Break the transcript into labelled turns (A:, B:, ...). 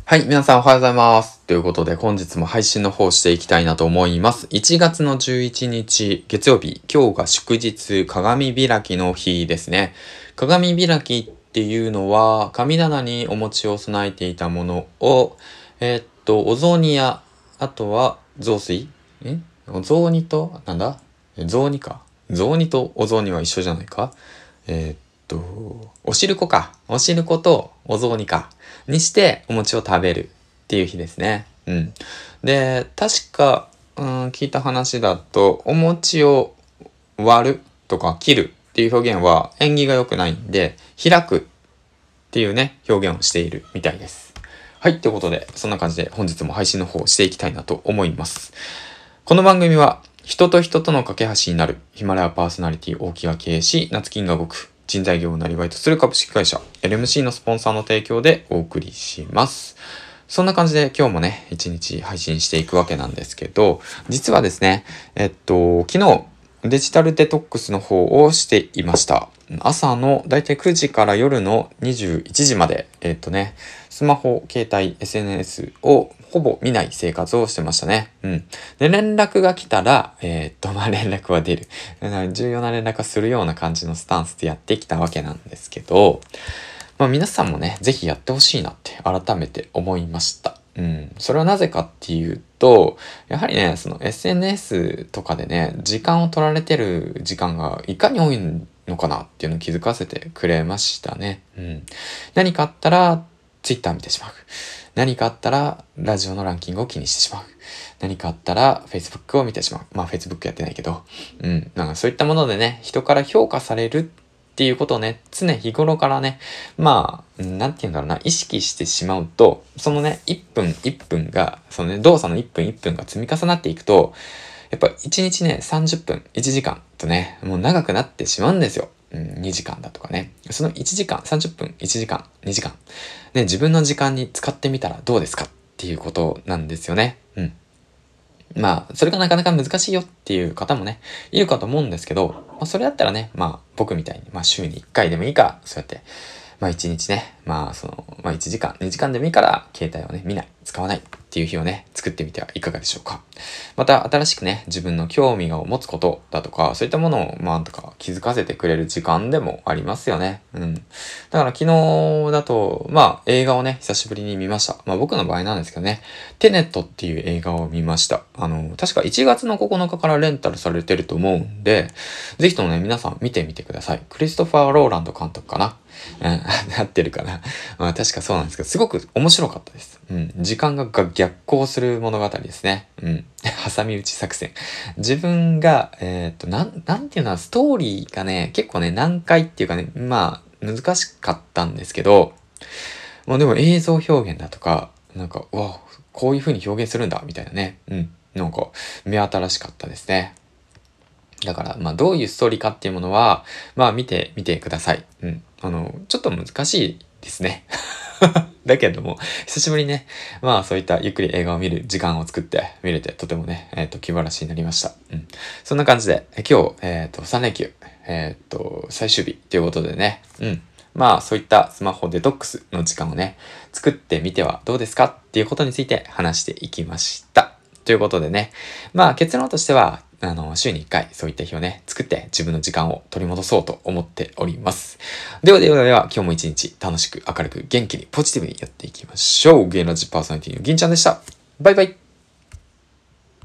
A: はい、皆さんおはようございます。ということで、本日も配信の方していきたいなと思います。1月の11日、月曜日、今日が祝日、鏡開きの日ですね。鏡開きっていうのは、神棚にお餅を供えていたものを、お雑煮や、あとは雑炊お雑煮と、雑煮か。雑煮とお雑煮は一緒じゃないか。お汁粉か。お汁粉とお雑煮か。にしてお餅を食べるっていう日ですね。で、確か、聞いた話だと、お餅を割るとか切るっていう表現は縁起が良くないんで、開くっていうね、表現をしているみたいです。はい、ということで、そんな感じで本日も配信の方をしていきたいなと思います。この番組は、人と人との架け橋になるヒマラヤパーソナリティ大木が経営し、夏金が動く人材業をなりわいとする株式会社 LMC のスポンサーの提供でお送りします。そんな感じで今日もね、一日配信していくわけなんですけど、実はですね、昨日デジタルデトックスの方をしていました。朝のだいたい9時から夜の21時まで、スマホ、携帯、SNS をほぼ見ない生活をしてましたね。で、連絡が来たら、連絡は出る。重要な連絡はするような感じのスタンスでやってきたわけなんですけど、皆さんもね、ぜひやってほしいなって改めて思いました。それはなぜかっていうと、やはりね、その SNS とかでね、時間を取られてる時間がいかに多いのかなっていうのを気づかせてくれましたね。何かあったら Twitter 見てしまう。何かあったらラジオのランキングを気にしてしまう。何かあったら Facebook を見てしまう。Facebook やってないけど。なんかそういったものでね、人から評価されるっていうことをね、常日頃からね、なんて言うんだろうな、意識してしまうと、そのね、1分1分が、そのね、動作の1分1分が積み重なっていくと、やっぱ1日ね、30分、1時間とね、もう長くなってしまうんですよ。2時間だとかね。その1時間、30分、1時間、2時間。ね、自分の時間に使ってみたらどうですかっていうことなんですよね。それがなかなか難しいよっていう方もね、いるかと思うんですけど、それだったらね、僕みたいに、週に1回でもいいから、そうやって、1日ね、1時間、2時間でもいいから、携帯をね、見ない、使わないっていう日をね、作ってみてはいかがでしょうか。また、新しくね、自分の興味を持つことだとか、そういったものを、気づかせてくれる時間でもありますよね。だから昨日だと、映画をね、久しぶりに見ました。僕の場合なんですけどね、テネットっていう映画を見ました。確か1月の9日からレンタルされてると思うんで、ぜひともね、皆さん見てみてください。クリストファー・ローランド監督かな。なってるかな。確かそうなんですけど、すごく面白かったです。時間が逆行する物語ですね。挟み撃ち作戦。自分が、なんていうのは、ストーリーがね、結構ね、難解っていうかね、難しかったんですけど、でも映像表現だとか、こういう風に表現するんだ、みたいなね。目新しかったですね。だから、どういうストーリーかっていうものは、見てみてください。ちょっと難しいですね。だけども、久しぶりにね、そういったゆっくり映画を見る時間を作って見れて、とてもね、気晴らしになりました。そんな感じで、今日、3連休、最終日ということでね、そういったスマホデトックスの時間をね、作ってみてはどうですかっていうことについて話していきました。ということでね、結論としては、週に1回そういった日をね、作って自分の時間を取り戻そうと思っております。では今日も一日楽しく明るく元気にポジティブにやっていきましょう。芸能人パーソナリティの銀ちゃんでした。バイバイ。